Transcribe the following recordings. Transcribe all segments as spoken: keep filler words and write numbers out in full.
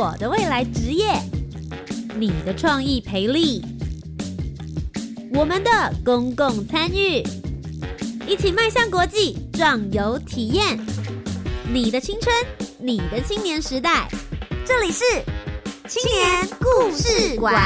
我的未来职业，你的创意培力，我们的公共参与，一起迈向国际，壮游体验。你的青春，你的青年时代，这里是青年故事馆。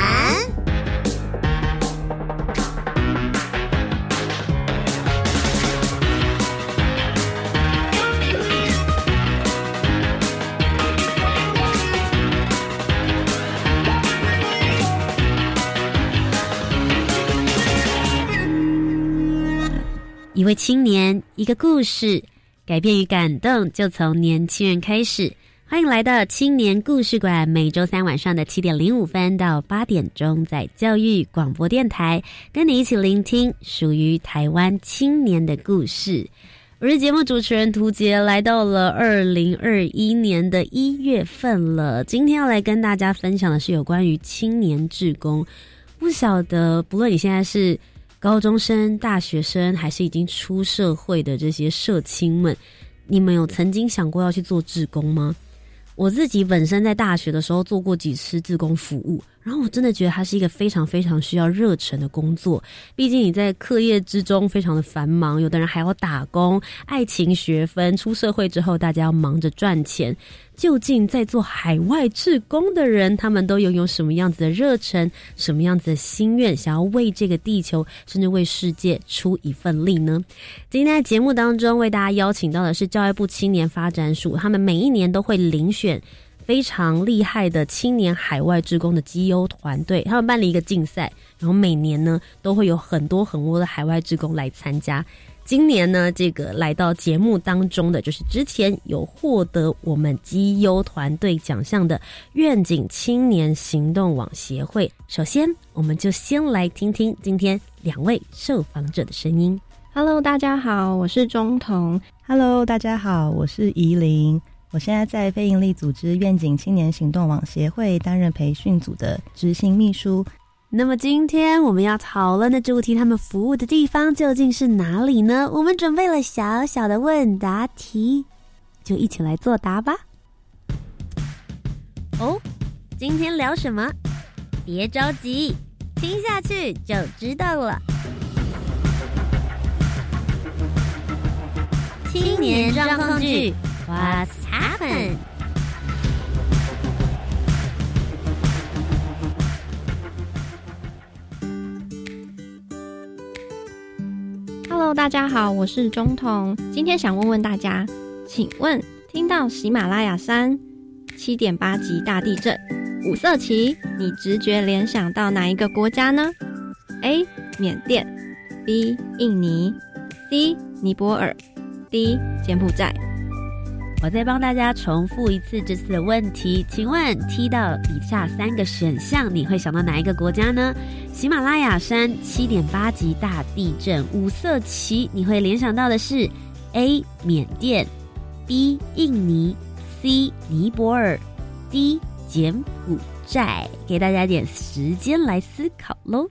一位青年，一个故事，改变与感动就从年轻人开始。欢迎来到青年故事馆，每周三晚上的七点零五分到八点钟，在教育广播电台，跟你一起聆听属于台湾青年的故事。我是节目主持人涂杰，来到了二零二一年的一月份了。今天要来跟大家分享的是有关于青年志工。不晓得，不论你现在是高中生、大学生，还是已经出社会的这些社青们，你们有曾经想过要去做志工吗？我自己本身在大学的时候做过几次志工服务，然后我真的觉得它是一个非常非常需要热忱的工作。毕竟你在课业之中非常的繁忙，有的人还要打工、爱情、学分，出社会之后大家要忙着赚钱。究竟在做海外志工的人，他们都拥有什么样子的热忱，什么样子的心愿，想要为这个地球甚至为世界出一份力呢？今天在节目当中为大家邀请到的是教育部青年发展署，他们每一年都会遴选非常厉害的青年海外志工的绩优团队，他们办了一个竞赛，然后每年呢都会有很多很多的海外志工来参加。今年呢，这个来到节目当中的就是之前有获得我们绩优团队奖项的愿景青年行动网协会。首先，我们就先来听听今天两位受访者的声音。 Hello， 大家好，我是钟彤。 Hello， 大家好，我是怡玲。我现在在非营利组织愿景青年行动网协会担任培训组的执行秘书。 那么今天我们要讨论的主题，他们服务的地方究竟是哪里呢？我们准备了小小的问答题，就一起来作答吧。哦，今天聊什么？别着急，听下去就知道了。青年状况剧 What's happened？ Hello， 大家好，我是钟彤。今天想问问大家，请问听到喜马拉雅山 七点八 级大地震、五色旗，你直觉联想到哪一个国家呢？ A. 缅甸 B. 印尼 C. 尼泊尔 D. 柬埔寨。 我再帮大家重复一次这次的问题，请问踢到以下三个选项，你会想到哪一个国家呢？喜马拉雅山 七点八 级大地震，五色旗，你会联想到的是 A. 缅甸 B. 印尼 C. 尼泊尔 D. 柬埔寨。给大家一点时间来思考咯。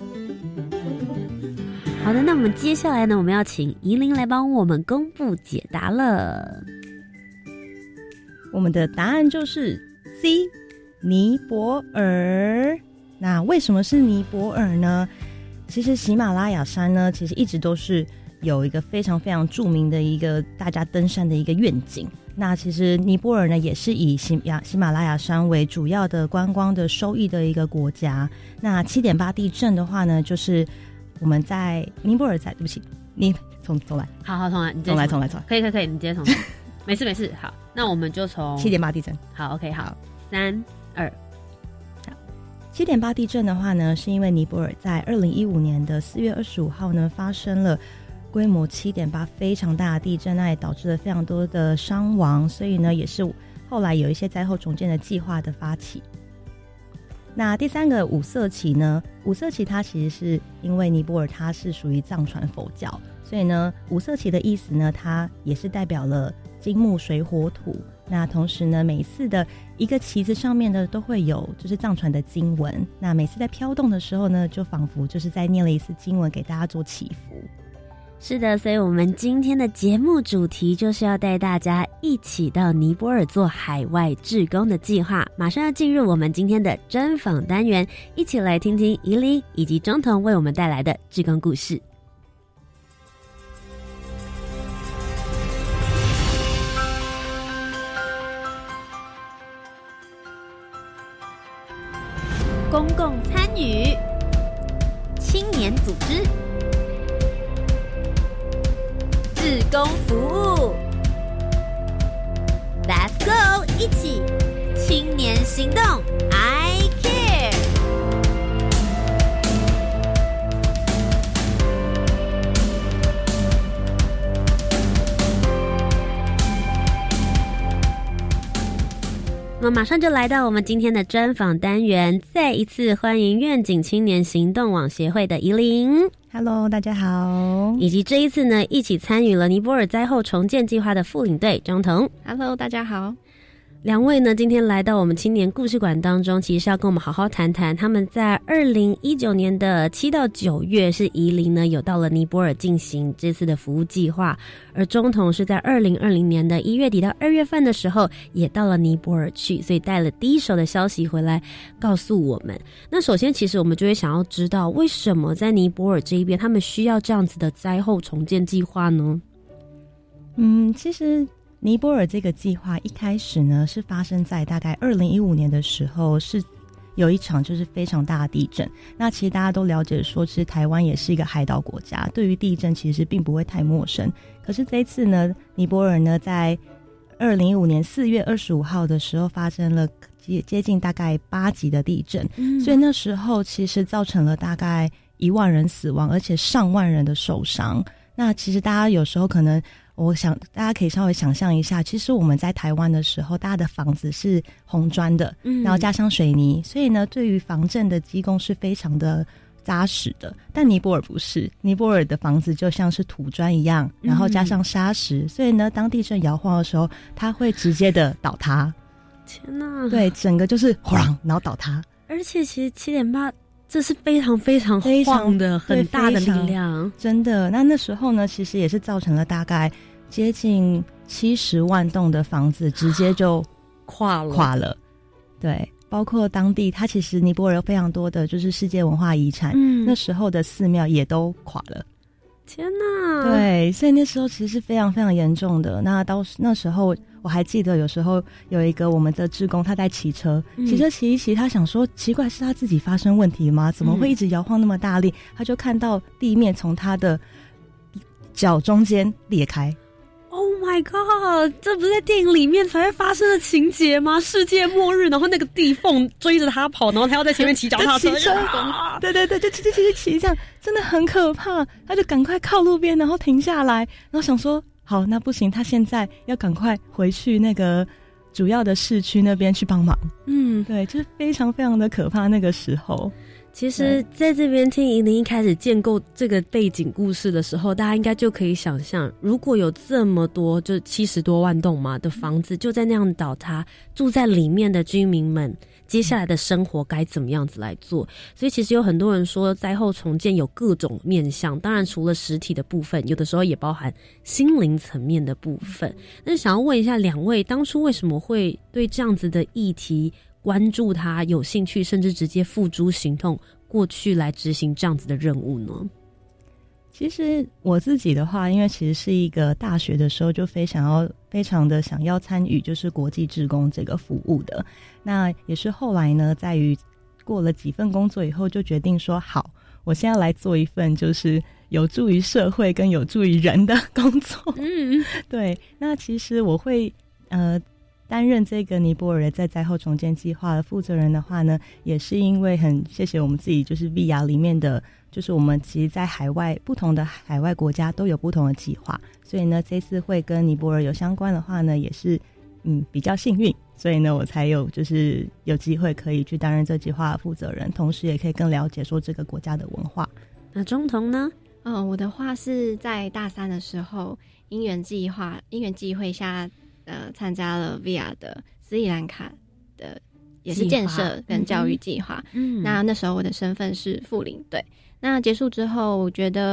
好的，那我们接下来呢，我们要请怡玲来帮我们公布解答了。 我们的答案就是 C. 尼泊尔。那为什么是尼泊尔呢？其实喜马拉雅山呢，其实一直都是有一个非常非常著名的一个大家登山的一个愿景。那其实尼泊尔呢，也是以喜马喜马拉雅山为主要的观光的收益的一个国家。那 七点八 地震的话呢，就是我们在尼泊尔在，对不起，你重重来， 好好重来，你重来重来重来， 可以可以可以，你直接重来，没事没事。好，那我们就从七点八 地震。 好 ，OK， 好，三二。 七点八 地震的话呢，是因为尼泊尔在二零一五年的四月二十五号呢发生了规模 七点八 非常大的地震，那也导致了非常多的伤亡，所以呢也是后来有一些灾后重建的计划的发起。那第三个五色旗呢，五色旗它其实是因为尼泊尔它是属于藏传佛教，所以呢五色旗的意思呢，它也是代表了金木水火土。那同时呢，每一次的一个旗子上面呢都会有就是藏传的经文，那每次在飘动的时候呢，就仿佛就是在念了一次经文给大家做祈福。 是的，所以我们今天的节目主题就是要带大家一起到尼泊尔做海外志工的计划。马上要进入我们今天的专访单元，一起来听听怡琳以及中彤为我们带来的志工故事。公共参与，青年组织，志工服务 ，Let's go， 一起青年行动 ，I care。那么马上就来到我们今天的专访单元，再一次欢迎愿景青年行动网协会的怡琳。 Hello， 大家好。 以及这一次呢，一起参与了尼泊尔灾后重建计划的副领队中彤。 Hello， 大家好。 两位呢，今天来到我们青年故事馆当中，其实是要跟我们好好谈谈他们在二零一九年的七到九月，是怡琳呢有到了尼泊尔进行这次的服务计划，而中彤是在二零二零年的一月底到二月份的时候，也到了尼泊尔去，所以带了第一手的消息回来告诉我们。那首先，其实我们就会想要知道，为什么在尼泊尔这一边，他们需要这样子的灾后重建计划呢？ 嗯，其实尼泊尔这个计划一开始呢，是发生在大概二零一五年的时候，是有一场就是非常大的地震。那其实大家都了解说，其实台湾也是一个海岛国家，对于地震其实并不会太陌生。可是这一次呢，尼泊尔呢在二零一五年四月二十五号的时候发生了接接近大概八级的地震，嗯，所以那时候其实造成了大概一万人死亡，而且上万人的受伤。那其实大家有时候可能，我想大家可以稍微想象一下，其实我们在台湾的时候，大家的房子是红砖的，嗯，然后加上水泥，所以呢，对于防震的基构是非常的扎实的。但尼泊尔不是，尼泊尔的房子就像是土砖一样，然后加上砂石，嗯，所以呢，当地震摇晃的时候，它会直接的倒塌。 天哪！对， 整个就是哗，然后倒塌。 而且其实七点八。这是非常非常晃的很大的力量， 真的。那那时候呢，其实也是造成了大概接近七十万栋的房子直接就垮了， 垮了。对，包括当地，它其实尼泊尔有非常多的就是世界文化遗产，嗯，那时候的寺庙也都垮了。 天哪！ 对，所以那时候其实是非常非常严重的。那到那时候我还记得，有时候有一个我们的志工，他在骑车，骑车骑一骑，他想说奇怪，是他自己发生问题吗？怎么会一直摇晃那么大力？他就看到地面从他的脚中间裂开。 Oh my god！ 这不是在电影里面才会发生的情节吗？世界末日，然后那个地缝追着他跑，然后他要在前面骑脚踏车， 啊，对对对，就骑骑骑骑这样，真的很可怕。他就赶快靠路边，然后停下来，然后想说，好，那不行，他现在要赶快回去那个主要的市区那边去帮忙。嗯，对，就是非常非常的可怕那个时候。 其实在这边听怡琳一开始建构这个背景故事的时候，大家应该就可以想象，如果有这么多就七十多万栋嘛的房子就在那样倒塌，住在里面的居民们接下来的生活该怎么样子来做。所以其实有很多人说灾后重建有各种面向，当然除了实体的部分，有的时候也包含心灵层面的部分。那想要问一下两位，当初为什么会对这样子的议题关注他，有兴趣，甚至直接付诸行动过去来执行这样子的任务呢？ 其实我自己的话，因为其实是一个大学的时候就非常要非常的想要参与就是国际志工这个服务的，那也是后来呢，在于过了几份工作以后，就决定说好，我现在来做一份就是有助于社会跟有助于人的工作。嗯，对。那其实我会呃担任这个尼泊尔在灾后重建计划的负责人的话呢，也是因为很谢谢我们自己，就是 V R 里面的，就是我们其实在海外不同的海外国家都有不同的计划，所以呢这次会跟尼泊尔有相关的话呢，也是嗯比较幸运，所以呢我才有就是有机会可以去担任这计划的负责人，同时也可以更了解说这个国家的文化。 那中彤呢？ 嗯，我的话是在大三的时候，因缘计划因缘际会下呃，参加了 V R 的斯里兰卡的也是建设跟教育计划。嗯，那那时候我的身份是副领队。那结束之后，我觉得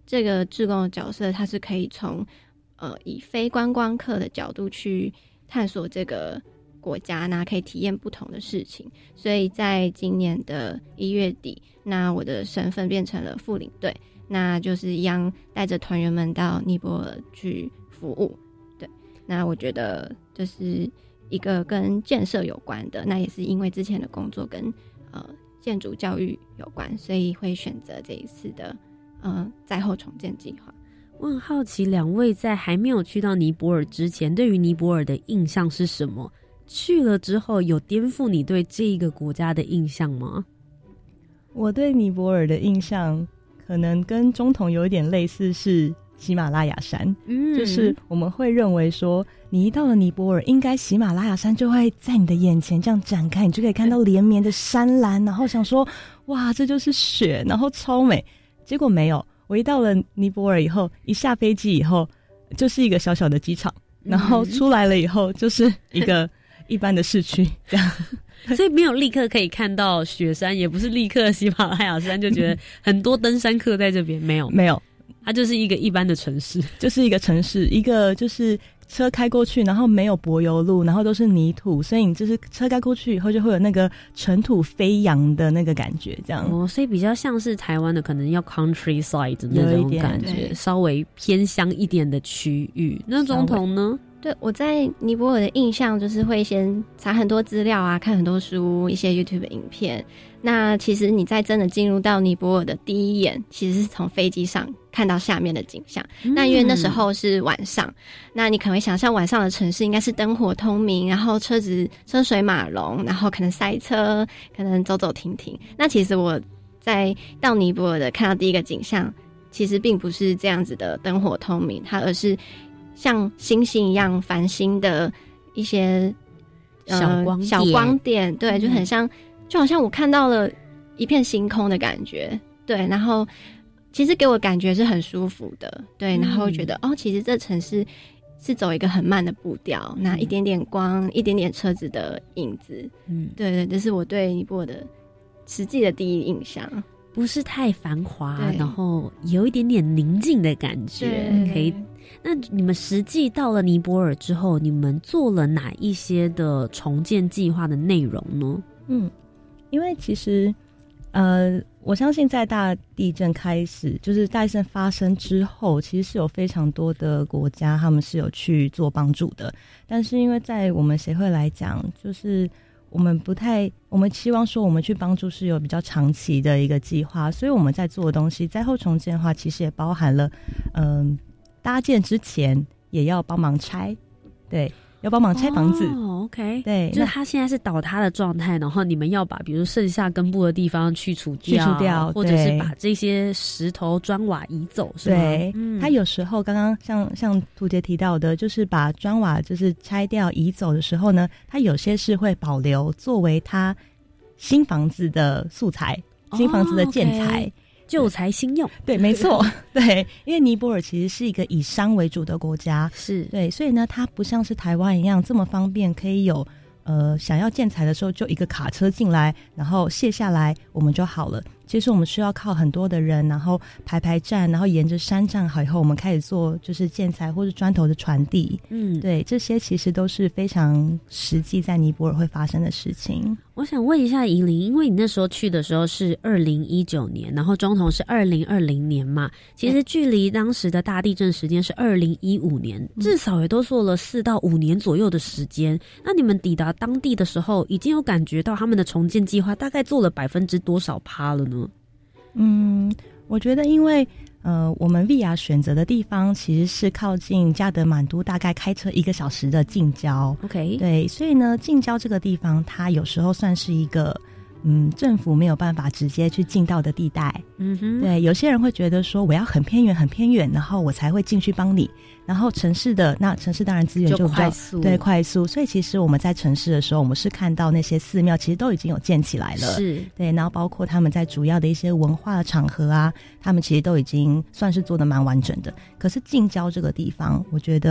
这个志工的角色，它是可以从呃以非观光客的角度去探索这个国家，那可以体验不同的事情。所以在今年的一月底，那我的身份变成了副领队，那就是一样带着团员们到尼泊尔去服务。对，那我觉得这是一个跟建设有关的，那也是因为之前的工作跟呃建筑教育有关，所以会选择这一次的呃灾后重建计划。 我很好奇，两位在还没有去到尼泊尔之前，对于尼泊尔的印象是什么？去了之后，有颠覆你对这一个国家的印象吗？ 我对尼泊尔的印象可能跟中统有一点类似，是喜马拉雅山。嗯，就是我们会认为说，你一到了尼泊尔，应该喜马拉雅山就会在你的眼前这样展开，你就可以看到连绵的山岚，然后想说，哇，这就是雪，然后超美。结果没有，我一到了尼泊尔以后，一下飞机以后，就是一个小小的机场，然后出来了以后，就是一个一般的市区这样。 所以没有立刻可以看到雪山，也不是立刻喜马拉雅山就觉得很多登山客在这边，没有没有， 它就是一个一般的城市， 就是一个城市，一个就是车开过去，然后没有柏油路，然后都是泥土，所以你就是车开过去以后就会有那个尘土飞扬的那个感觉，这样。 哦，所以比较像是台湾的可能要 countryside 的那种感觉，稍微偏乡一点的区域。那总统呢？ 对，我在尼泊尔的印象就是会先查很多资料啊，看很多书，一些 YouTube 影片。那其实你在真的进入到尼泊尔的第一眼，其实是从飞机上看到下面的景象。嗯、那因为那时候是晚上，那你可能会想象晚上的城市应该是灯火通明，然后车子车水马龙，然后可能塞车，可能走走停停。那其实我在到尼泊尔的看到第一个景象，其实并不是这样子的灯火通明，它而是像星星一样繁星的一些、 呃、小光点小光点，对，就很像、嗯，就好像我看到了一片星空的感觉，对，然后其实给我感觉是很舒服的，对，然后觉得、嗯、哦，其实这城市是走一个很慢的步调，嗯、那一点点光，一点点车子的影子，嗯，对对，这是我对尼泊尔的实际的第一印象。 不是太繁华，然后有一点点宁静的感觉，可以。那你们实际到了尼泊尔之后，你们做了哪一些的重建计划的内容呢？ 嗯，因为其实，呃，我相信在大地震开始，就是大地震发生之后，其实是有非常多的国家他们是有去做帮助的，但是因为在我们协会来讲，就是我们不太，我们希望说我们去帮助是有比较长期的一个计划，所以我们在做的东西，灾后重建的话，其实也包含了，嗯、呃，搭建之前也要帮忙拆，对，要帮忙拆房子。 哦 ，OK， 对， 就是它现在是倒塌的状态，然后你们要把比如剩下根部的地方去除掉， 去除掉， 或者是把这些石头砖瓦移走，是吗？ 对，嗯，它有时候刚刚像像涂杰提到的，就是把砖瓦就是拆掉移走的时候呢，它有些是会保留作为它新房子的素材，新房子的建材。 哦，okay，旧材新用， 对，没错，对，因为尼泊尔其实是一个以商为主的国家， 是对，所以呢，它不像是台湾一样这么方便，可以有呃想要建材的时候就一个卡车进来，然后卸下来我们就好了。其实我们需要靠很多的人，然后排排站，然后沿着山站好以后，我们开始做就是建材或是砖头的传递。嗯，对，这些其实都是非常实际在尼泊尔会发生的事情。 我想问一下怡琳，因为你那时候去的时候是二零一九年，然后中统是二零二零年嘛，其实距离当时的大地震时间是二零一五年，嗯，至少也都做了四到五年左右的时间。那你们抵达当地的时候，已经有感觉到他们的重建计划大概做了百分之多少趴了呢？ 嗯，我觉得因为呃，我们 V R 选择的地方其实是靠近加德满都，大概开车一个小时的近郊。 OK， 对，所以呢，近郊这个地方，它有时候算是一个嗯，政府没有办法直接去进到的地带。嗯哼，对，有些人会觉得说，我要很偏远、很偏远，然后我才会进去帮你。然后城市的那城市当然资源就比较快速， 对，快速。所以其实我们在城市的时候，我们是看到那些寺庙其实都已经有建起来了， 是对。然后包括他们在主要的一些文化的场合啊，他们其实都已经算是做得蛮完整的。可是近郊这个地方，我觉得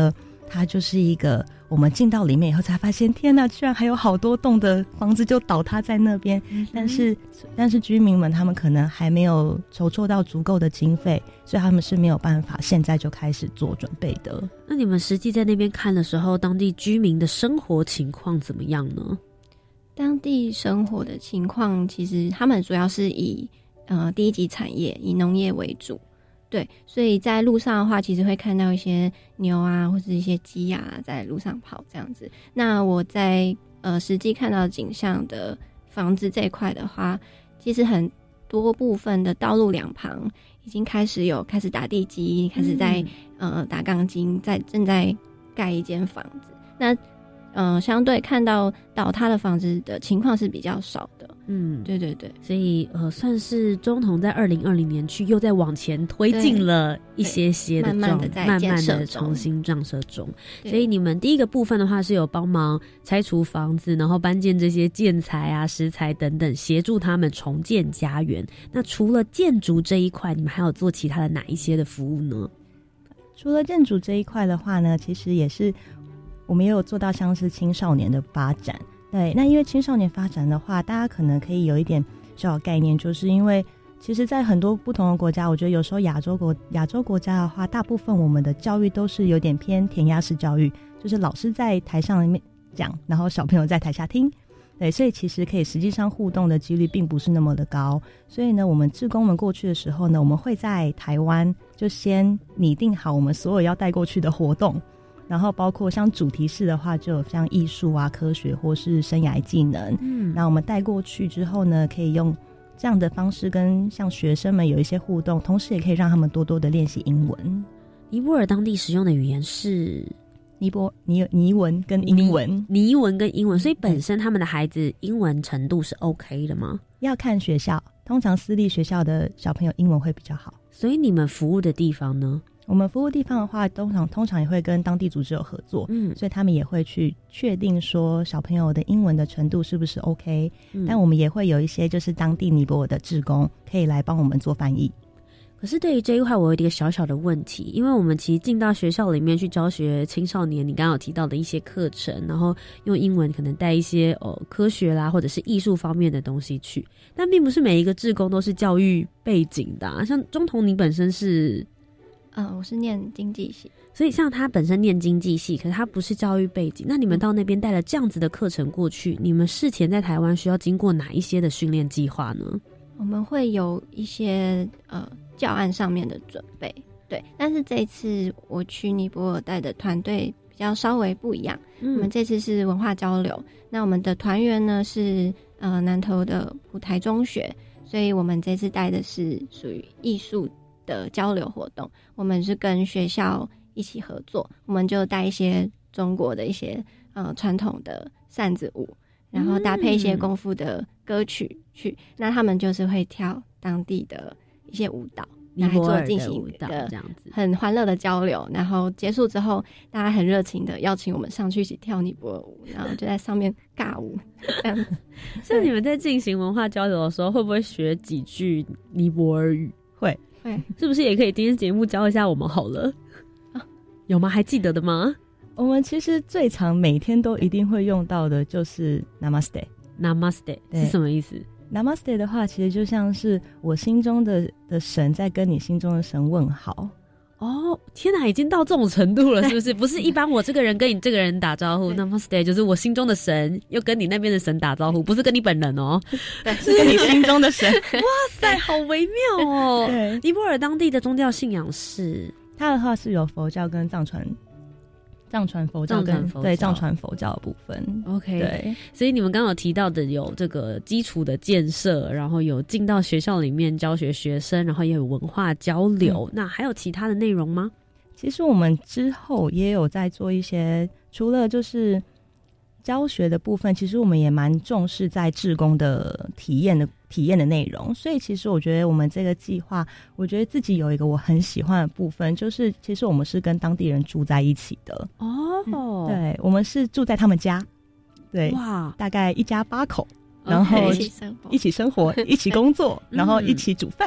它就是一个我们进到里面以后才发现，天哪，居然还有好多栋的房子就倒塌在那边。嗯、但是但是居民们他们可能还没有筹措到足够的经费，所以他们是没有办法现在就开始做准备的。 那你们实际在那边看的时候，当地居民的生活情况怎么样呢？ 当地生活的情况，其实他们主要是以呃第一级产业，以农业为主。对，所以在路上的话，其实会看到一些牛啊，或是一些鸡啊，在路上跑这样子。那我在呃实际看到景象的房子这一块的话，其实很多部分的道路两旁已经开始有开始打地基，开始在、嗯、呃打钢筋，在正在盖一间房子。那嗯、呃，相对看到倒塌的房子的情况是比较少的。嗯，对对对， 所以呃，算是中同在二零二零年去又在往前推进了一些些的状， 慢慢的在慢慢的重新建设中。所以你们第一个部分的话是有帮忙拆除房子，然后搬建这些建材啊、石材等等，协助他们重建家园。那除了建筑这一块，你们还有做其他的哪一些的服务呢？ 除了建筑这一块的话呢，其实也是我们也有做到像是青少年的发展。对，那因为青少年发展的话，大家可能可以有一点小小概念，就是因为其实在很多不同的国家，我觉得有时候亚洲国亚洲国家的话，大部分我们的教育都是有点偏填鸭式教育，就是老师在台上面讲，然后小朋友在台下听。对，所以其实可以实际上互动的几率并不是那么的高。所以呢，我们志工们过去的时候呢，我们会在台湾就先拟定好我们所有要带过去的活动。然后包括像主题式的话，就有像艺术啊、科学或是生涯技能。嗯，那我们带过去之后呢，可以用这样的方式跟像学生们有一些互动，同时也可以让他们多多的练习英文。 尼泊尔当地使用的语言是尼泊尼尼文跟英文， 尼文跟英文，所以本身他们的孩子英文程度是 OK 的吗？ 要看学校，通常私立学校的小朋友英文会比较好。 所以你们服务的地方呢？ 我们服务地方的话，通常通常也会跟当地组织有合作，嗯，所以他们也会去确定说小朋友的英文的程度是不是 OK，嗯，但我们也会有一些就是当地尼泊尔的志工可以来帮我们做翻译。 可是对于这一块，我有一个小小的问题，因为我们其实进到学校里面去教学青少年，你刚刚有提到的一些课程，然后用英文可能带一些呃科学啦或者是艺术方面的东西去，但并不是每一个志工都是教育背景的啊。像中同你本身是呃，我是念经济系， 所以像他本身念经济系，可是他不是教育背景，那你们到那边带了这样子的课程过去，你们事前在台湾需要经过哪一些的训练计划呢？ 我们会有一些呃教案上面的准备，对，但是这一次我去尼泊尔带的团队比较稍微不一样，嗯，我们这次是文化交流，那我们的团员呢是呃南投的普台中学，所以我们这次带的是属于艺术的交流活动，我们是跟学校一起合作，我们就带一些中国的一些呃传统的扇子舞，然后搭配一些功夫的歌曲去，嗯，那他们就是会跳当地的一些舞蹈， 尼泊尔进行舞蹈这样子， 很欢乐的交流。然后结束之后，大家很热情的邀请我们上去一起跳尼泊尔舞，然后就在上面尬舞这样子。 所以你们在进行文化交流的时候，会不会学几句尼泊尔语？ 会会， 是不是也可以今天节目教一下我们好了？啊，有吗？还记得的吗？ 我们其实最常每天都一定会用到的就是 Namaste。Namaste 是什么意思 ？Namaste 的话，其实就像是我心中的的神在跟你心中的神问好。 哦，天哪，已经到这种程度了，是不是？不是一般我这个人跟你这个人打招呼，Namaste 就是我心中的神又跟你那边的神打招呼，不是跟你本人哦， 对，是跟你心中的神。 哇塞，好微妙哦！对，尼泊尔当地的宗教信仰是， 它的话是有佛教跟藏传。藏传佛教跟对藏传佛教的部分 ，OK， 对， 所以你们刚刚有提到的有这个基础的建设，然后有进到学校里面教学学生，然后也有文化交流，嗯，那还有其他的内容吗？ 其实我们之后也有在做一些，除了就是教学的部分，其实我们也蛮重视在志工的体验的体验的内容，所以其实我觉得我们这个计划，我觉得自己有一个我很喜欢的部分，就是其实我们是跟当地人住在一起的哦，嗯，对，我们是住在他们家，对，哇，大概一家八口，然后一起生活， 一起生活，一起工作，然后一起煮饭。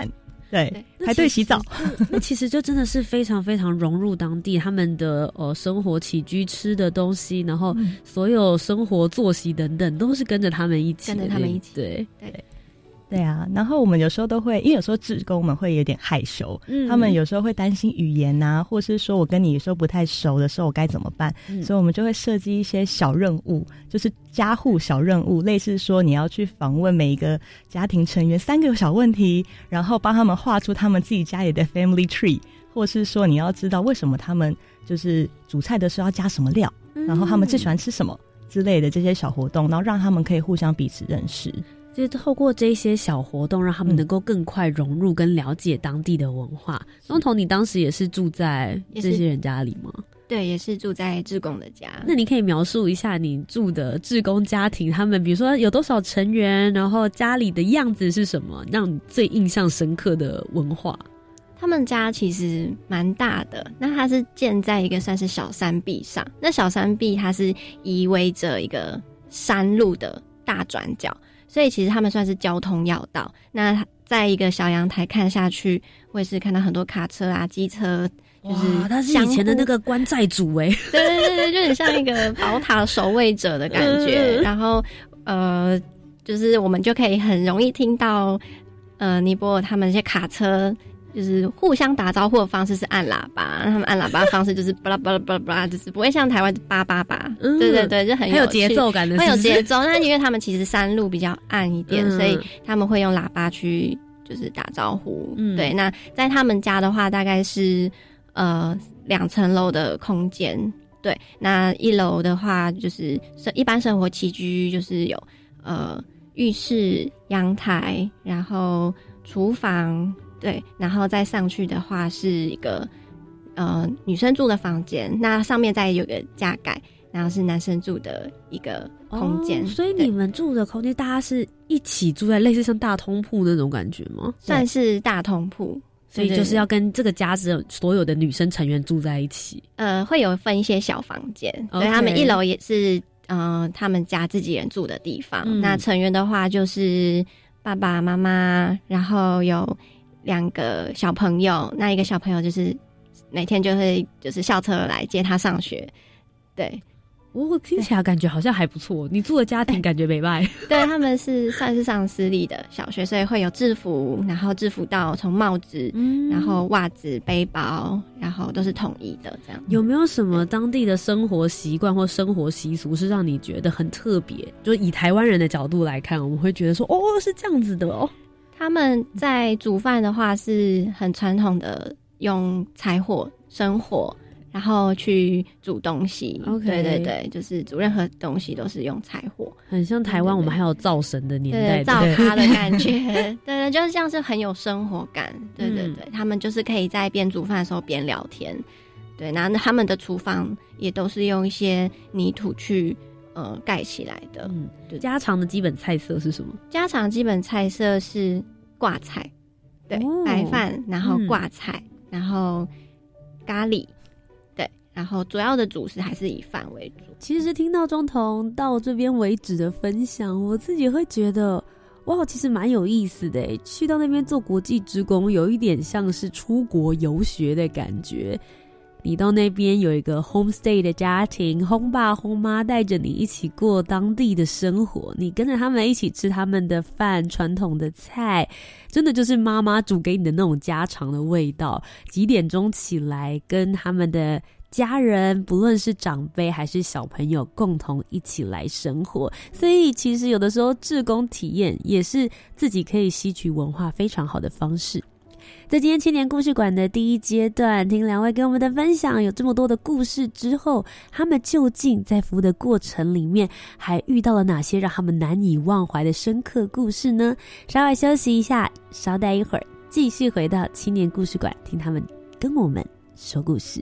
对，排队洗澡。 那其实就真的是非常非常融入当地，他们的呃生活起居、吃的东西，然后所有生活作息等等，都是跟着他们一起， 跟着他们一起。 对对。 对啊，然后我们有时候都会，因为有时候志工们会有点害羞，嗯，他们有时候会担心语言啊，或是说我跟你有时候不太熟的时候我该怎么办，嗯，所以我们就会设计一些小任务，就是家户小任务，类似说你要去访问每一个家庭成员三个小问题，然后帮他们画出他们自己家里的 family tree， 或是说你要知道为什么他们就是煮菜的时候要加什么料，嗯，然后他们最喜欢吃什么之类的这些小活动，然后让他们可以互相彼此认识。 就是透过这些小活动，让他们能够更快融入跟了解当地的文化。钟彤，你当时也是住在这些人家里吗？ 对，也是住在志工的家。 那你可以描述一下你住的志工家庭，他们比如说有多少成员，然后家里的样子是什么，让你最印象深刻的文化？ 他们家其实蛮大的，那它是建在一个算是小山壁上，那小山壁它是依偎着一个山路的大转角，所以其实他们算是交通要道。那在一个小阳台看下去，会是看到很多卡车啊、机车，就是他是以前的那个关寨主哎， 对对对对，就很像一个宝塔守卫者的感觉。然后呃，就是我们就可以很容易听到呃尼泊尔他们那些卡车。就是互相打招呼的方式是按喇叭，他们按喇叭的方式就是巴拉巴拉巴拉巴拉，就是不会像台湾叭叭叭，嗯，对对对，就很有有节奏感的是不是， 会有节奏。那因为他们其实山路比较暗一点，嗯，所以他们会用喇叭去就是打招呼。嗯，对。那在他们家的话，大概是呃两层楼的空间，对。那一楼的话，就是一般生活起居就是有呃浴室、阳台，然后厨房。对，然后再上去的话是一个呃女生住的房间，那上面再有个加盖，然后是男生住的一个空间。 哦，所以你们住的空间大家是一起住在类似像大通铺那种感觉吗？ 算是大通铺， 所以就是要跟这个家子所有的女生成员住在一起。 呃，会有分一些小房间，对， okay. 他们一楼也是呃他们家自己人住的地方。嗯，那成员的话就是爸爸妈妈，然后有两个小朋友，那一个小朋友就是每天就会就是校车来接他上学。对， 我听起来感觉好像还不错。你住的家庭感觉没败。 对，他们是算是上私立的小学，所以会有制服，然后制服到从帽子，嗯，然后袜子、背包，然后都是统一的这样。 有没有什么当地的生活习惯或生活习俗是让你觉得很特别？就以台湾人的角度来看，我们会觉得说，哦，是这样子的哦。 他们在煮饭的话是很传统的，用柴火生火，然后去煮东西。Okay. 对对对，就是煮任何东西都是用柴火， 很像台湾我们还有灶神的年代， 对灶咖的感觉。对对，就是像是很有生活感。对对对，嗯，他们就是可以在边煮饭的时候边聊天。对，然后他们的厨房也都是用一些泥土去呃，盖起来的。 嗯，对。家常的基本菜色是什么？ 家常基本菜色是挂菜，对，哦，白饭，然后挂菜，嗯，然后咖喱，对，然后主要的主食还是以饭为主。 其实听到钟彤到这边为止的分享，我自己会觉得，哇，其实蛮有意思的耶。去到那边做国际志工，有一点像是出国游学的感觉。你到那边有一个 homestay 的家庭，轰爸轰妈带着你一起过当地的生活，你跟着他们一起吃他们的饭，传统的菜，真的就是妈妈煮给你的那种家常的味道。几点钟起来跟他们的家人，不论是长辈还是小朋友，共同一起来生活。所以其实有的时候志工体验也是自己可以吸取文化非常好的方式。在今天青年故事馆的第一阶段，听两位给我们的分享，有这么多的故事之后，他们究竟在服务的过程里面还遇到了哪些让他们难以忘怀的深刻故事呢？稍微休息一下，稍待一会儿继续回到青年故事馆，听他们跟我们说故事。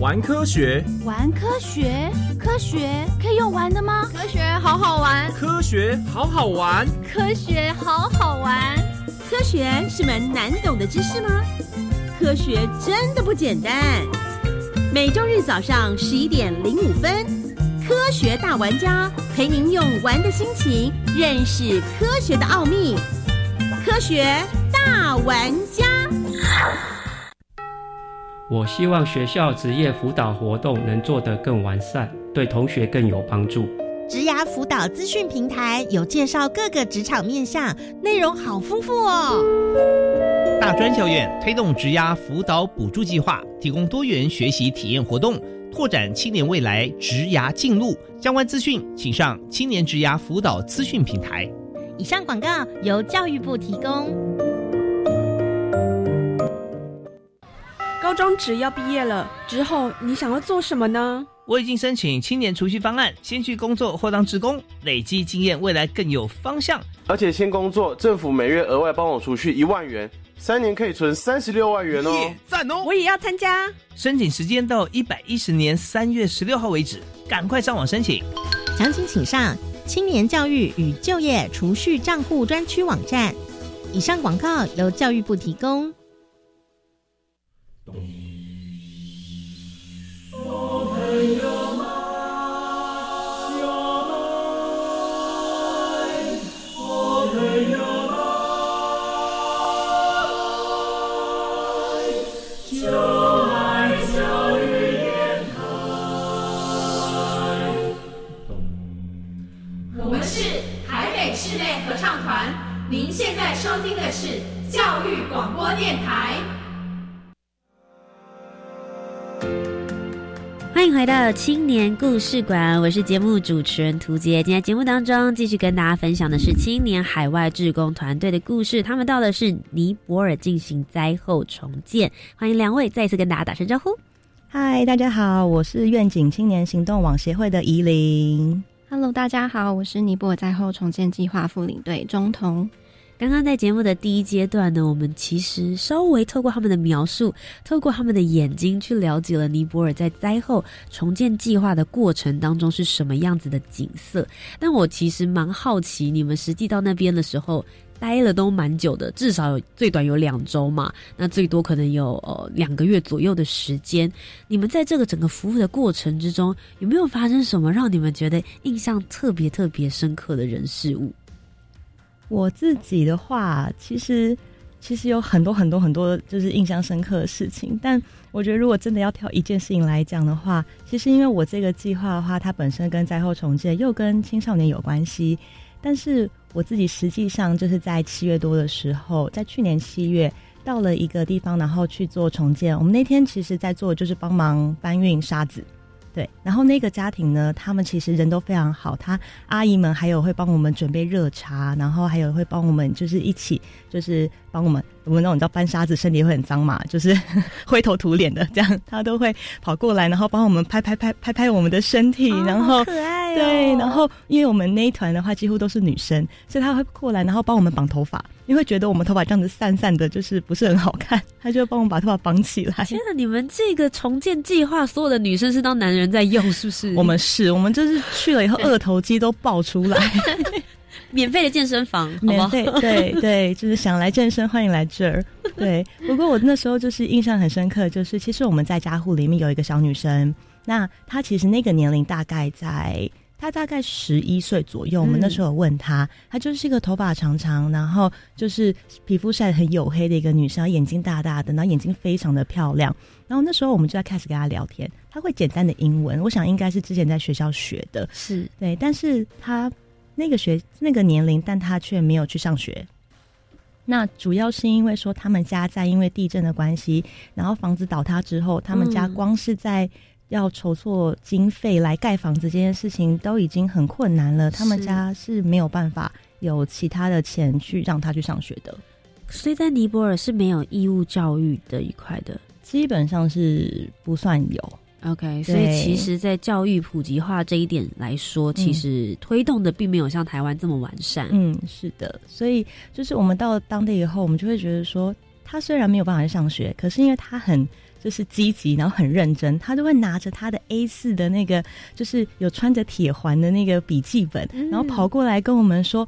玩科学， 玩科学，科学可以用玩的吗？ 科学好好玩， 科学好好玩， 科学好好玩。 科学是门难懂的知识吗？科学真的不简单。每周日早上十一点零五分，科学大玩家陪您用玩的心情认识科学的奥秘。科学大玩家。 我希望学校职业辅导活动能做得更完善，对同学更有帮助。 职涯辅导资讯平台有介绍各个职场面向，内容好丰富哦。 大专校院推动职涯辅导补助计划，提供多元学习体验活动，拓展青年未来职涯进路。相关资讯请上青年职涯辅导资讯平台。 以上广告由教育部提供。 高中只要毕业了之后，你想要做什么呢？ 我已经申请青年储蓄方案，先去工作或当志工，累积经验，未来更有方向。 而且先工作，政府每月额外帮我储蓄一万元，三年可以存三十六万元哦！ 耶，赞哦！ 我也要参加。 申请时间到一百一十年三月十六号为止，赶快上网申请。 详情请上青年教育与就业储蓄账户专区网站。以上广告由教育部提供。 您现在收听的是教育广播电台。 欢迎回到青年故事馆，我是节目主持人涂杰。今天节目当中继续跟大家分享的是青年海外志工团队的故事，他们到的是尼泊尔进行灾后重建。欢迎两位再一次跟大家打声招呼。 嗨，大家好，我是愿景青年行动网协会的怡玲。 Hello， 大家好，我是尼泊尔灾后重建计划副领队钟彤。 刚刚在节目的第一阶段呢，我们其实稍微透过他们的描述，透过他们的眼睛去了解了尼泊尔在灾后重建计划的过程当中是什么样子的景色。但我其实蛮好奇，你们实际到那边的时候待了都蛮久的，至少有最短有两周嘛，那最多可能有呃两个月左右的时间。你们在这个整个服务的过程之中，有没有发生什么让你们觉得印象特别特别深刻的人事物？ 我自己的话，其实其实有很多很多很多就是印象深刻的事情，但我觉得如果真的要挑一件事情来讲的话，其实因为我这个计划的话，它本身跟灾后重建又跟青少年有关系，但是我自己实际上就是在七月多的时候，在去年七月到了一个地方，然后去做重建。我们那天其实在做就是帮忙搬运沙子。对，然后那个家庭呢，他们其实人都非常好，他阿姨们还有会帮我们准备热茶，然后还有会帮我们就是一起就是帮我们我们那种你知道搬沙子身体会很脏嘛，就是灰头土脸的这样，他都会跑过来，然后帮我们拍拍拍拍拍我们的身体，哦、然后好可爱哦。 对，然后因为我们那一团的话几乎都是女生，所以他会过来，然后帮我们绑头发，因为觉得我们头发这样子散散的，就是不是很好看，他就帮我们把头发绑起来。 天哪，你们这个重建计划，所有的女生是当男人在用，是不是？ 我们是，我们就是去了以后，二头肌都爆出来。 免费的健身房， 免费，对对，就是想来健身，欢迎来这儿。对，不过我那时候就是印象很深刻，就是其实我们在家护里面有一个小女生，那她其实那个年龄大概在。她大概十一岁左右，我们那时候有问她，她就是一个头发长长，然后就是皮肤晒得很黝黑的一个女生，眼睛大大的，然后眼睛非常的漂亮。然后那时候我们就在开始跟她聊天，她会简单的英文，我想应该是之前在学校学的， 是对，但是她那个学那个年龄，但她却没有去上学。那主要是因为说他们家在因为地震的关系，然后房子倒塌之后，他们家光是在要筹措经费来盖房子这件事情都已经很困难了，他们家是没有办法有其他的钱去让他去上学的。 所以在尼泊尔是没有义务教育的一块的， 基本上是不算有。 OK， 所以其实在教育普及化这一点来说，其实推动的并没有像台湾这么完善。 嗯，是的，所以就是我们到了当地以后，我们就会觉得说，他虽然没有办法去上学，可是因为他很就是积极，然后很认真，他都会拿着他的 A 四 的那个，就是有穿着铁环的那个笔记本，嗯、然后跑过来跟我们说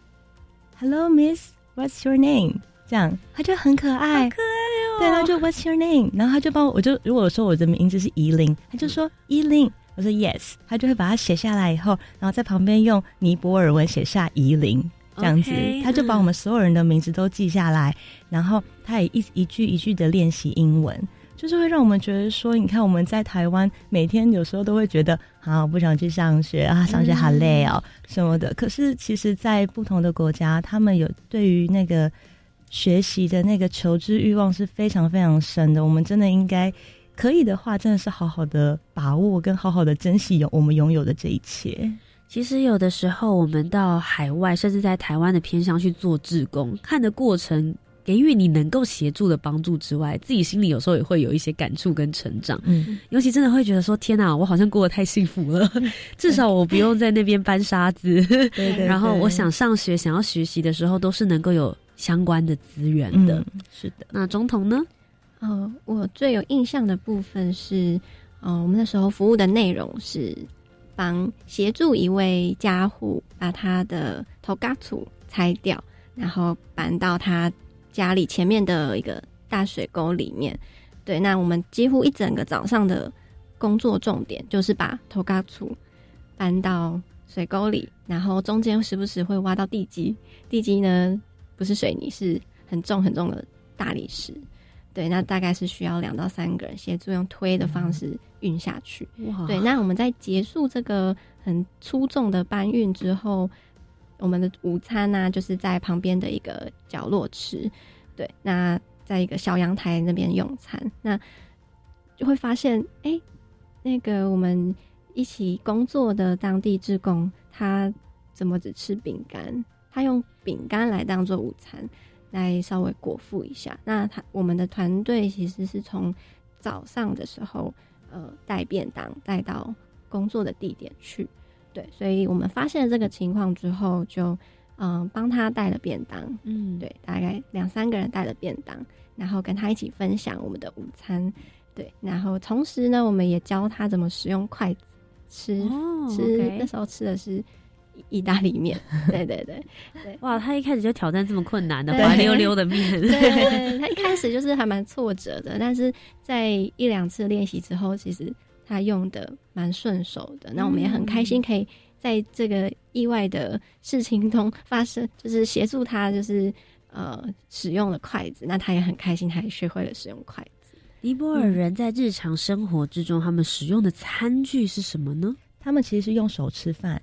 ：“Hello, Miss, what's your name？” 这样，他就很可爱， 好可爱哦。 对，他就 What's your name？ 然后他就帮我，我就如果说我的名字是依琳，他就说依琳，我说 Yes， 他就会把它写下来以后，然后在旁边用尼泊尔文写下依琳。这样子， okay, 他就把我们所有人的名字都记下来，嗯、然后他也一一句一句的练习英文，就是会让我们觉得说，你看我们在台湾每天有时候都会觉得啊，我不想去上学啊，上学好累哦、嗯、什么的。可是其实，在不同的国家，他们有对于那个学习的那个求知欲望是非常非常深的。我们真的应该可以的话，真的是好好的把握跟好好的珍惜有我们拥有的这一切。 其实有的时候我们到海外甚至在台湾的偏乡去做志工，看的过程给予你能够协助的帮助之外，自己心里有时候也会有一些感触跟成长。嗯，尤其真的会觉得说天哪，我好像过得太幸福了，至少我不用在那边搬沙子对对对，然后我想上学想要学习的时候都是能够有相关的资源的、嗯、 是的。 那中彤呢？ 呃，我最有印象的部分是呃，我们那时候服务的内容是帮协助一位家户把他的头嘎土拆掉，然后搬到他家里前面的一个大水沟里面。对，那我们几乎一整个早上的工作重点就是把头嘎土搬到水沟里，然后中间时不时会挖到地基，地基呢不是水泥，是很重很重的大理石。对，那大概是需要两到三个人协助用推的方式运下去。哇！对，那我们在结束这个很粗重的搬运之后，我们的午餐呢、啊，就是在旁边的一个角落吃。对，那在一个小阳台那边用餐，那就会发现，哎，那个我们一起工作的当地志工，他怎么只吃饼干？他用饼干来当做午餐。来稍微果腹一下。那他我们的团队其实是从早上的时候，呃，带便当带到工作的地点去。对，所以我们发现了这个情况之后，就嗯、呃、帮他带了便当。嗯，对，大概两三个人带了便当，然后跟他一起分享我们的午餐。对，然后同时呢，我们也教他怎么使用筷子吃、哦、吃、okay 那时候吃的是意大利面。对对对对， 哇，他一开始就挑战这么困难的滑溜溜的面。 对对，他一开始就是还蛮挫折的，但是在一两次练习之后，其实他用的蛮顺手的。那我们也很开心，可以在这个意外的事情中发生，就是协助他，就是呃使用了筷子。那他也很开心，他也学会了使用筷子。 尼泊尔人在日常生活之中，他们使用的餐具是什么呢？ 他们其实是用手吃饭。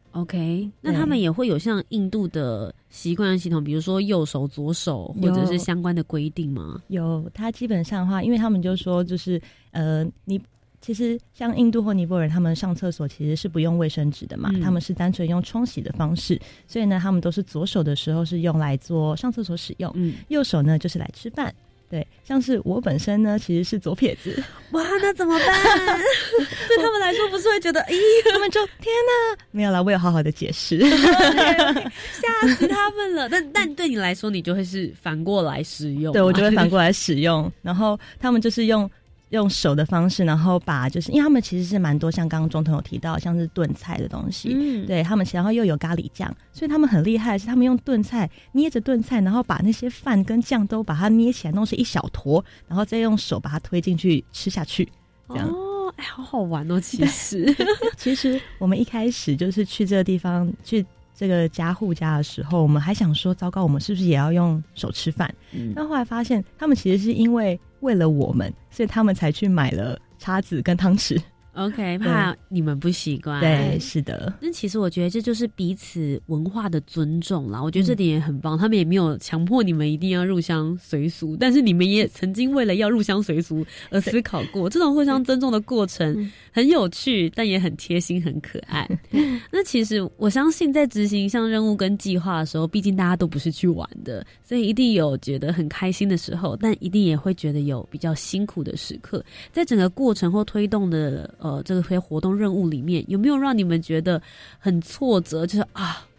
OK， 那他们也会有像印度的习惯系统，比如说右手左手或者是相关的规定吗？ 有，他基本上的话，因为他们就说就是呃，你其实像印度或尼泊尔，他们上厕所其实是不用卫生纸的嘛、嗯，他们是单纯用冲洗的方式，所以呢，他们都是左手的时候是用来做上厕所使用，嗯，右手呢就是来吃饭。对，像是我本身呢，其实是左撇子。 哇，那怎么办？对他们来说，不是会觉得，咦， 他们就天哪，没有啦，我有好好的解释， 吓死他们了。但但对你来说，你就会是反过来使用， 对我就会反过来使用。然后他们就是用用手的方式，然后把就是因为他们其实是蛮多像刚刚中彤有提到像是炖菜的东西，嗯，对他们然后又有咖喱酱，所以他们很厉害的是他们用炖菜捏着炖菜，然后把那些饭跟酱都把它捏起来弄成一小坨，然后再用手把它推进去吃下去，这样。 哦，哎，好好玩哦！其实其实我们一开始就是去这个地方去这个家户家的时候，我们还想说糟糕，我们是不是也要用手吃饭？嗯，但后来发现他们其实是因为为了我们，所以他们才去买了叉子跟汤匙。 OK， 怕你们不习惯。 对，是的。 那其实我觉得这就是彼此文化的尊重啦，我觉得这点也很棒。嗯，他们也没有强迫你们一定要入乡随俗，但是你们也曾经为了要入乡随俗而思考过，这种互相尊重的过程很有趣，但也很贴心很可爱。那其实我相信在执行一项任务跟计划的时候，毕竟大家都不是去玩的，所以一定有觉得很开心的时候，但一定也会觉得有比较辛苦的时刻。在整个过程或推动的呃这个些活动任务里面，有没有让你们觉得很挫折，就是啊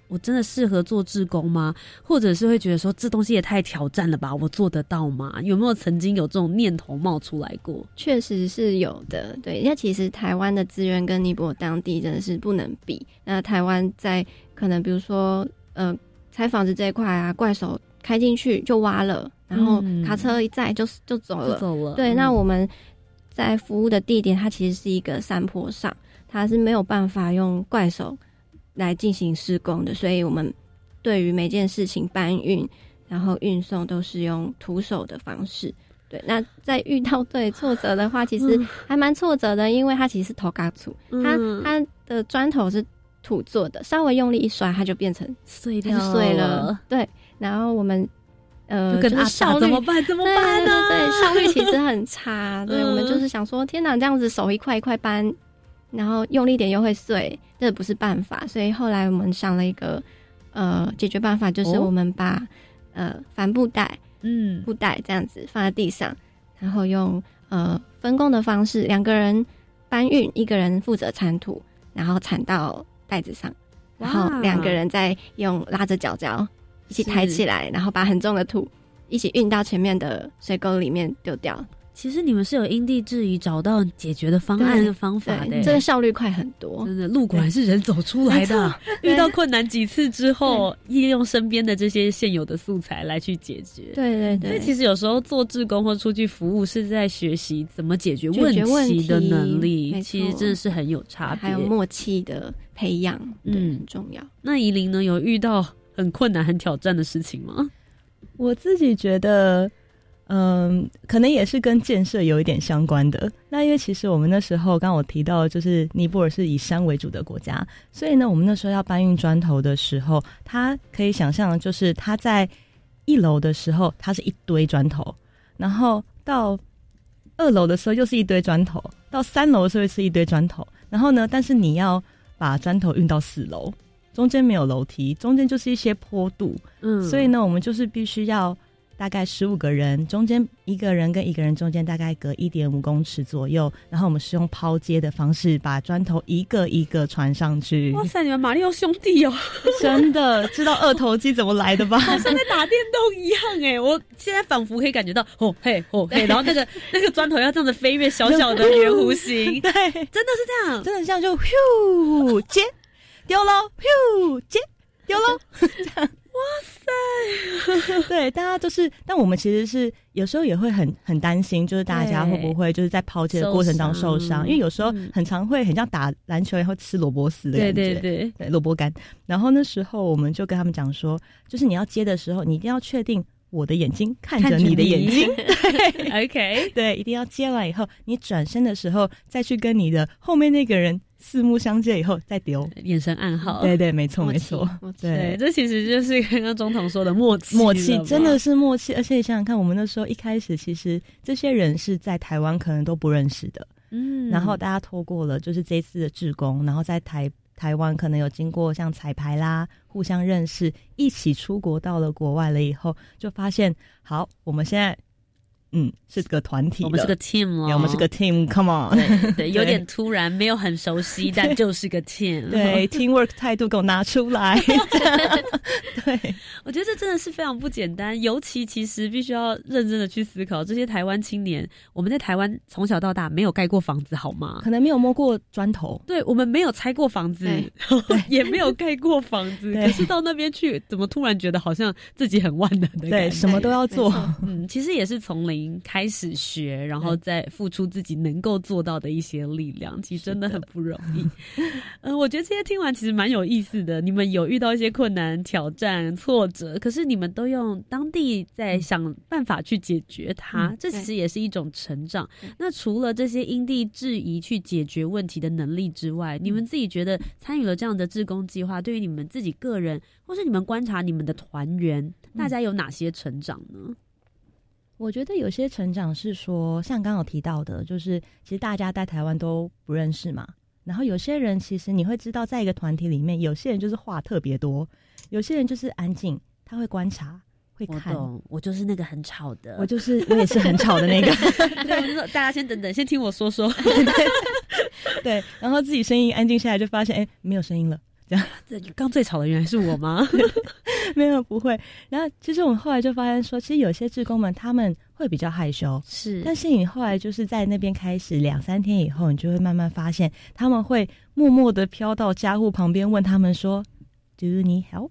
我真的适合做志工吗？或者是会觉得说这东西也太挑战了吧，我做得到吗？有没有曾经有这种念头冒出来过？ 确实是有的，对，因为其实台湾的资源跟尼泊尔当地真的是不能比。那台湾在可能比如说呃拆房子这一块啊，怪手开进去就挖了，然后卡车一载就就走了， 就走了。 对， 嗯、 那我们在服务的地点，它其实是一个山坡上，它是没有办法用怪手来进行施工的，所以我们对于每件事情搬运，然后运送都是用徒手的方式。对，那在遇到对挫折的话，其实还蛮挫折的，因为它其实是头嘎土，它它的砖头是土做的，稍微用力一摔，它就变成碎掉了， 碎了。对，然后我们呃， 就跟阿达怎么办？怎么办呢？ 对对对，效率其实很差。对，我们就是想说，天哪，这样子手一块一块搬，然后用力一点又会碎，这不是办法。所以后来我们想了一个呃解决办法，就是我们把、哦、呃帆布袋，嗯，布袋这样子放在地上，然后用呃分工的方式，两个人搬运，一个人负责铲土，然后铲到袋子上，然后两个人再用拉着脚脚一起抬起来，然后把很重的土一起运到前面的水沟里面丢掉。 其实你们是有因地制宜找到解决的方案跟方法的， 这个效率快很多。 真的，路果然是人走出来的。遇到困难几次之后，利用身边的这些现有的素材来去解决。 对对对。 所以其实有时候做志工或出去服务，是在学习怎么解决问题的能力。其实真的是很有差别， 还有默契的培养，嗯，很重要。 那宜玲呢？有遇到很困难、很挑战的事情吗？ 我自己觉得。嗯，可能也是跟建设有一点相关的。那因为其实我们那时候刚刚我提到，就是尼泊尔是以山为主的国家，所以呢，我们那时候要搬运砖头的时候，它可以想象，就是它在一楼的时候，它是一堆砖头，然后到二楼的时候又是一堆砖头，到三楼的时候又是一堆砖头，然后呢，但是你要把砖头运到四楼，中间没有楼梯，中间就是一些坡度，嗯，所以呢，我们就是必须要。大概十五个人，中间一个人跟一个人中间大概隔 一点五公尺左右，然后我们是用抛接的方式把砖头一个一个传上去。 哇塞，你们马里奥兄弟哦！ 真的知道二头肌怎么来的吧？ 好像在打电动一样耶，我现在仿佛可以感觉到哦嘿哦嘿，然后那个那个砖头要这样子飞跃小小的圆弧形， 对，真的是这样， 真的这样就咻接丢喽，咻接丢喽，这样。哇塞，对，大家都是，但我们其实是有时候也会很很担心，就是大家会不会就是在抛接的过程当中受伤，因为有时候很常会很像打篮球然后吃萝卜丝的感觉， 对对对， 对萝卜干。然后那时候我们就跟他们讲说，就是你要接的时候，你一定要确定我的眼睛看着你的眼睛， 对 ，OK， 对，一定要接完以后，你转身的时候再去跟你的后面那个人。四目相接以后再丢， 眼神暗号。 对对，没错没错。 对，这其实就是刚刚总统说的默契。 默契真的是默契，而且想想看，我们那时候一开始，其实这些人是在台湾可能都不认识的，嗯，然后大家透过了就是这一次的志工，然后在台台湾可能有经过像彩排啦，互相认识，一起出国到了国外了以后，就发现好，我们现在。嗯，是个团体， 我们是个 team 哦， 我们是个 team，come on， 对, 对，有点突然，没有很熟悉，但就是个 team， 对 ，teamwork 态度给我拿出来。对， 我觉得这真的是非常不简单，尤其其实必须要认真的去思考，这些台湾青年，我们在台湾从小到大没有盖过房子，好吗？ 可能没有摸过砖头， 对，我们没有拆过房子，也没有盖过房子，可是到那边去，怎么突然觉得好像自己很万能的感觉？ 对，什么都要做。 嗯，其实也是从零开始学，然后再付出自己能够做到的一些力量，其实真的很不容易。嗯、呃，我觉得这些听完其实蛮有意思的。你们有遇到一些困难、挑战、挫折，可是你们都用当地在想办法去解决它，嗯、这其实也是一种成长。那除了这些因地制宜去解决问题的能力之外，你们自己觉得参与了这样的志工计划，对于你们自己个人，或是你们观察你们的团员，大家有哪些成长呢？ 我觉得有些成长是说，像刚刚有提到的，就是其实大家在台湾都不认识嘛，然后有些人其实你会知道，在一个团体里面，有些人就是话特别多，有些人就是安静，他会观察，会看。 我懂，我就是那个很吵的， 我就是我也是很吵的那个。 对，我就说大家先等等，先听我说说。 对, 对，然后自己声音安静下来，就发现哎没有声音了。 这样。 刚最吵的原来是我吗？ 没有，不会。然后其实我们后来就发现说，其实有些志工们他们会比较害羞， 是， 但是你后来就是在那边开始两三天以后，你就会慢慢发现他们会默默的飘到家户旁边问他们说 Do you need help?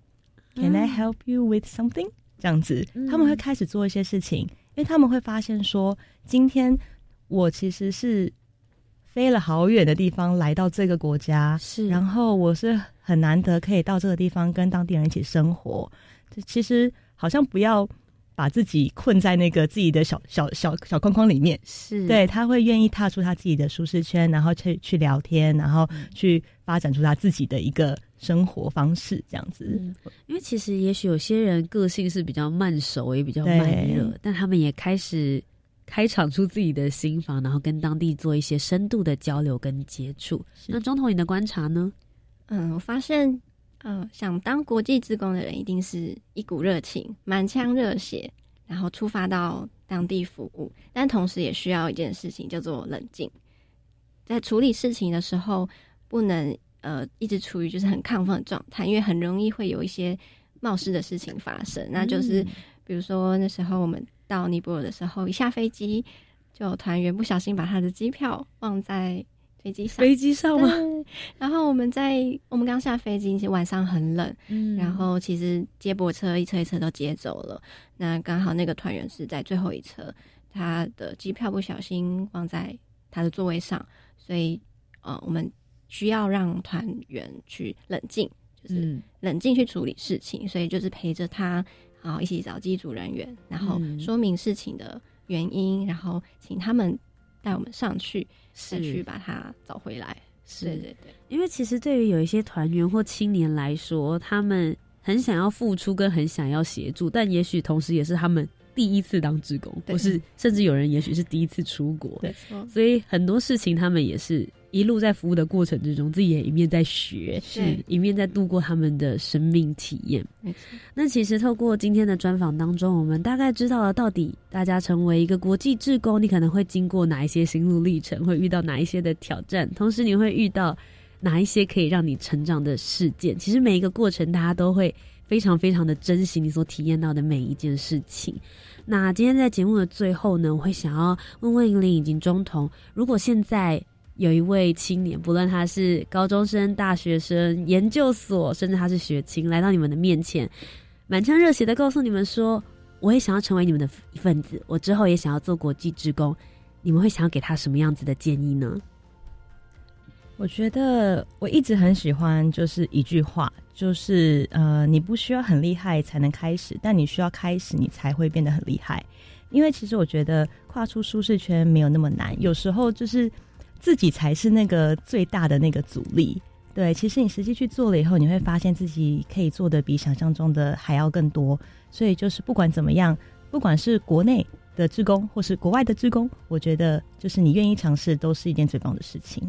Can I help you with something? 这样子，他们会开始做一些事情，因为他们会发现说，今天我其实是飞了好远的地方来到这个国家， 是， 然后我是很难得可以到这个地方跟当地人一起生活。其实好像不要把自己困在那个自己的小小小小框框里面， 是， 对，他会愿意踏出他自己的舒适圈，然后去去聊天，然后去发展出他自己的一个生活方式，这样子。 嗯，因为其实也许有些人个性是比较慢熟，也比较慢热，但他们也开始开敞出自己的心房，然后跟当地做一些深度的交流跟接触。那中统你的观察呢？ 嗯，我发现呃，想当国际志工的人一定是一股热情，满腔热血，然后出发到当地服务，但同时也需要一件事情叫做冷静。在处理事情的时候，不能呃一直处于就是很亢奋的状态，因为很容易会有一些冒失的事情发生。那就是比如说那时候我们到尼泊尔的时候，一下飞机就有团员不小心把他的机票忘在飞机上， 飞机上吗？ 然后我们在我们刚下飞机，其实晚上很冷，嗯，然后其实接驳车一车一车都接走了。那刚好那个团员是在最后一车，他的机票不小心忘在他的座位上，所以呃，我们需要让团员去冷静，就是冷静去处理事情，所以就是陪着他，然后一起找机组人员，然后说明事情的原因，然后请他们带我们上去，再去把他找回来。是，对对对， 因为其实对于有一些团员或青年来说，他们很想要付出跟很想要协助，但也许同时也是他们第一次当志工，或是甚至有人也许是第一次出国，对，所以很多事情他们也是一路在服务的过程之中，自己也一面在学，是一面在度过他们的生命体验。那其实透过今天的专访当中，我们大概知道了到底大家成为一个国际志工，你可能会经过哪一些心路历程，会遇到哪一些的挑战，同时你会遇到哪一些可以让你成长的事件。其实每一个过程大家都会非常非常的珍惜你所体验到的每一件事情。那今天在节目的最后呢，我会想要问问银玲以及中彤，如果现在有一位青年，不论他是高中生、大学生、研究所，甚至他是学青，来到你们的面前，满腔热血的告诉你们说，我也想要成为你们的一份子，我之后也想要做国际志工，你们会想要给他什么样子的建议呢？ 我觉得我一直很喜欢就是一句话，就是呃，你不需要很厉害才能开始，但你需要开始你才会变得很厉害。因为其实我觉得跨出舒适圈没有那么难，有时候就是自己才是那个最大的那个阻力。对，其实你实际去做了以后，你会发现自己可以做的比想象中的还要更多。所以就是不管怎么样，不管是国内的志工或是国外的志工，我觉得就是你愿意尝试都是一件最棒的事情。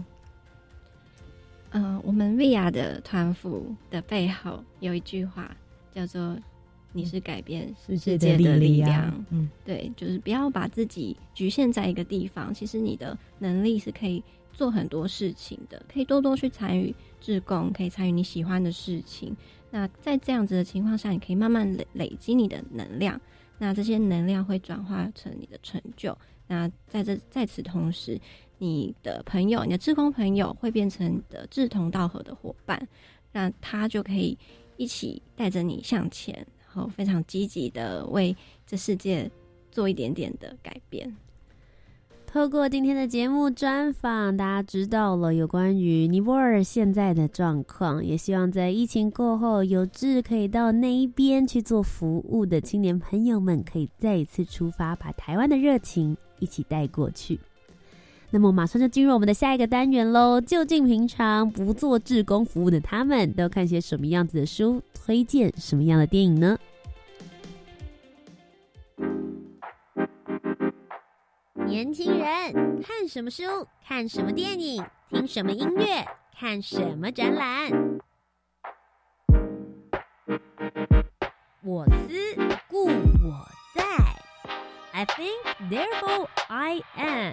呃，我们 V R 的团服的背后有一句话叫做你是改变世界的力量。嗯，对，就是不要把自己局限在一个地方，其实你的能力是可以做很多事情的，可以多多去参与志工，可以参与你喜欢的事情。那在这样子的情况下，你可以慢慢累累积你的能量，那这些能量会转化成你的成就。那在这在此同时，你的朋友，你的志工朋友会变成你的志同道合的伙伴，那他就可以一起带着你向前，然后非常积极的为这世界做一点点的改变。 透过今天的节目专访，大家知道了有关于尼泊尔现在的状况，也希望在疫情过后，有志可以到那一边去做服务的青年朋友们，可以再一次出发，把台湾的热情一起带过去。那么马上就进入我们的下一个单元咯，究竟平常不做志工服务的他们都看些什么样子的书，推荐什么样的电影呢？年轻人看什么书，看什么电影，听什么音乐，看什么展览。我思故我在 I think therefore I am。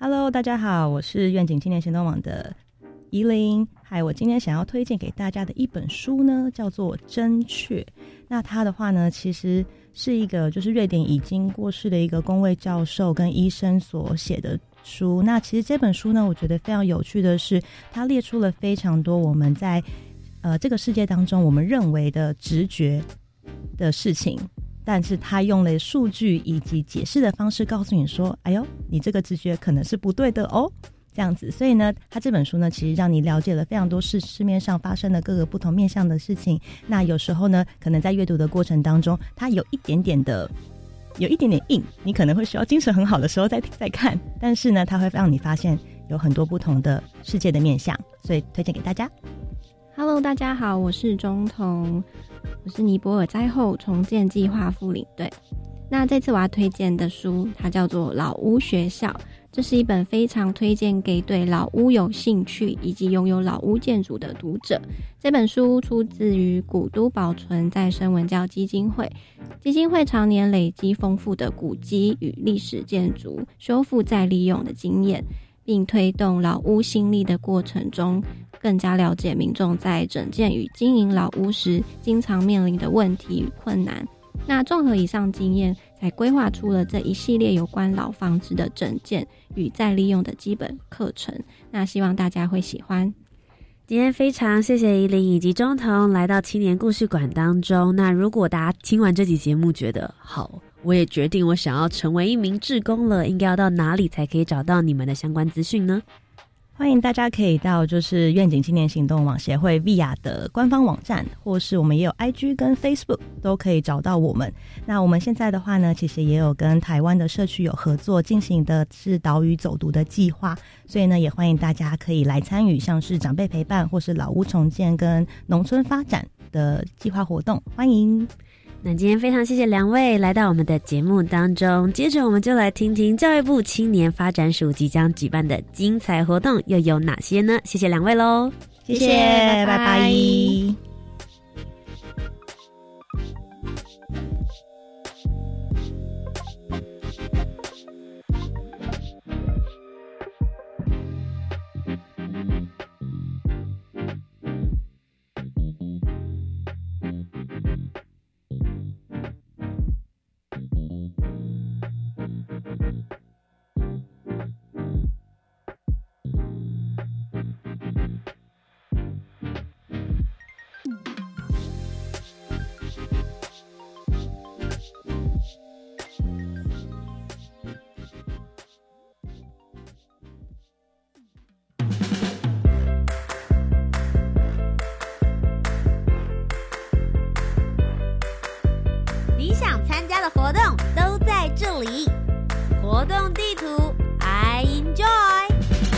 Hello， 大家好，我是愿景青年行动网的怡琳。嗨，我今天想要推荐给大家的一本书呢，叫做《真确》。那它的话呢，其实是一个就是瑞典已经过世的一个公卫教授跟医生所写的书。那其实这本书呢，我觉得非常有趣的是，它列出了非常多我们在呃这个世界当中我们认为的直觉的事情，但是他用了数据以及解释的方式告诉你说，哎呦，你这个直觉可能是不对的哦，这样子。所以呢，他这本书呢，其实让你了解了非常多市市面上发生的各个不同面向的事情。那有时候呢，可能在阅读的过程当中，它有一点点的有一点点硬，你可能会需要精神很好的时候再再看，但是呢，它会让你发现有很多不同的世界的面向，所以推荐给大家。 Hello， 大家好，我是中彤，我是尼泊尔灾后重建计划副领队。那这次我要推荐的书，它叫做《老屋学校》，这是一本非常推荐给对老屋有兴趣以及拥有老屋建筑的读者。这本书出自于古都保存再生文教基金会，基金会常年累积丰富的古迹与历史建筑修复再利用的经验，并推动老屋新力的过程中，更加了解民众在整建与经营老屋时经常面临的问题与困难。那综合以上经验，才规划出了这一系列有关老房子的整建与再利用的基本课程。那希望大家会喜欢。 今天非常谢谢怡琳以及中彤来到青年故事馆当中。那如果大家听完这集节目觉得好，我也决定我想要成为一名志工了，应该要到哪里才可以找到你们的相关资讯呢？ 欢迎大家可以到就是愿景青年行动网协会 V I A 的官方网站，或是我们也有 I G 跟 Facebook 都可以找到我们。那我们现在的话呢，其实也有跟台湾的社区有合作，进行的是岛屿走读的计划，所以呢也欢迎大家可以来参与像是长辈陪伴或是老屋重建跟农村发展的计划活动，欢迎。 那今天非常谢谢两位来到我们的节目当中，接着我们就来听听教育部青年发展署即将举办的精彩活动又有哪些呢？谢谢两位咯， 谢谢，拜拜。拜拜。 你想参加的活动都在这里，活动地图 I enjoy。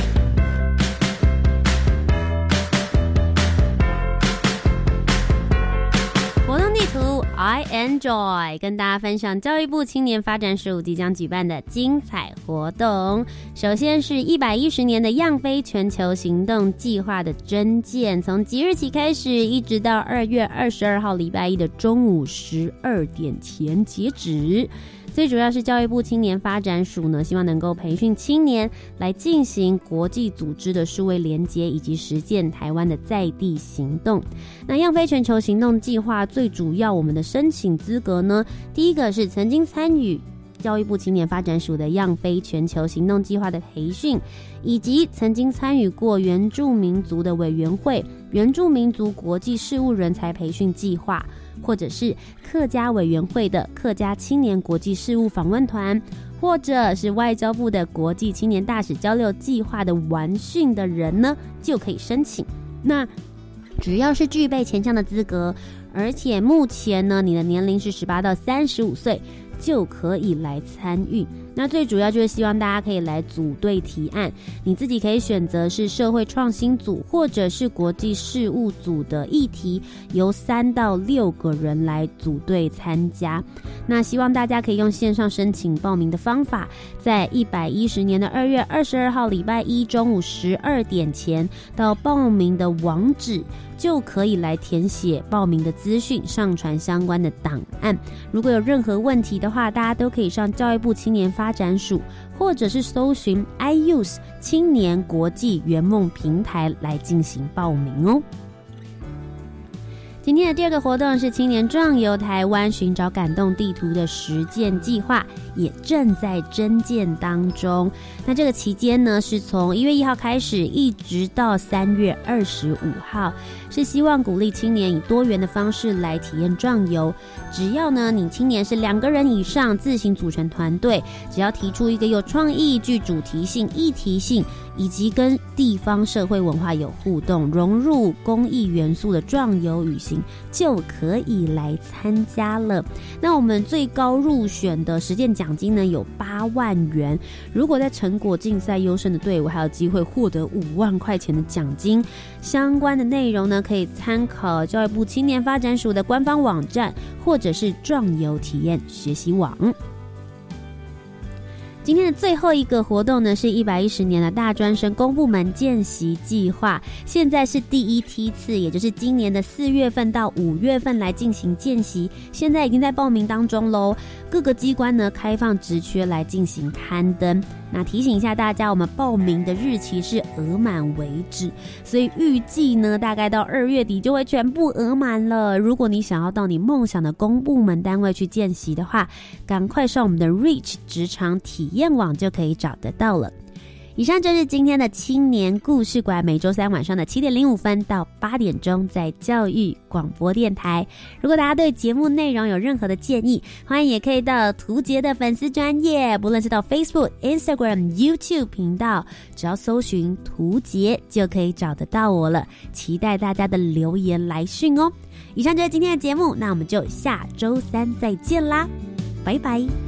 活动地图 I enjoy 跟大家分享教育部青年发展署即将举办的精彩活动。首先是一百一十年的样飞全球行动计划的征件，从即日起开始，一直到二月二十二号礼拜一的中午十二点前截止。最主要是教育部青年发展署呢，希望能够培训青年来进行国际组织的数位连结，以及实践台湾的在地行动。那样飞全球行动计划最主要我们的申请资格呢，第一个是曾经参与教育部青年发展署的样飞全球行动计划的培训，以及曾经参与过原住民族的委员会原住民族国际事务人才培训计划，或者是客家委员会的客家青年国际事务访问团，或者是外交部的国际青年大使交流计划的完训的人呢，就可以申请。那只要是具备前项的资格，而且目前呢你的年龄是十八到三十五岁，就可以来参与。那最主要就是希望大家可以来组队提案，你自己可以选择是社会创新组或者是国际事务组的议题，由三到六个人来组队参加。那希望大家可以用线上申请报名的方法，在一百一十年的二月二十二号礼拜一中午十二点前到报名的网址，就可以来填写报名的资讯，上传相关的档案。如果有任何问题的话，大家都可以上教育部青年发发展署，或者是搜寻 iYouth 青年国际圆梦平台来进行报名哦。今天的第二个活动是青年壮游台湾寻找感动地图的实践计划，也正在征件当中。那这个期间呢，是从一月一号开始，一直到三月二十五号，是希望鼓励青年以多元的方式来体验壮游。只要呢，你青年是两个人以上自行组成团队，只要提出一个有创意、具主题性、议题性，以及跟地方社会文化有互动、融入公益元素的壮游旅行，就可以来参加了。那我们最高入选的实践奖金呢有八万元，如果在成果竞赛优胜的队伍，还有机会获得五万块钱的奖金。相关的内容呢，可以参考教育部青年发展署的官方网站，或者是壮游体验学习网。今天的最后一个活动呢，是一百一十年的大专生公部门见习计划，现在是第一梯次，也就是今年的四月份到五月份来进行见习，现在已经在报名当中咯。各个机关呢开放职缺来进行刊登。那提醒一下大家，我们报名的日期是额满为止，所以预计呢大概到二月底就会全部额满了。如果你想要到你梦想的公部门单位去见习的话，赶快上我们的 Reach 职场体验网就可以找得到了。以上就是今天的青年故事馆，每周三晚上的七点零五分到八点钟在教育广播电台。如果大家对节目内容有任何的建议，欢迎也可以到图杰的粉丝专页，不论是到 Facebook、Instagram、YouTube 频道，只要搜寻图杰就可以找得到我了。期待大家的留言来讯哦。以上就是今天的节目，那我们就下周三再见啦，拜拜。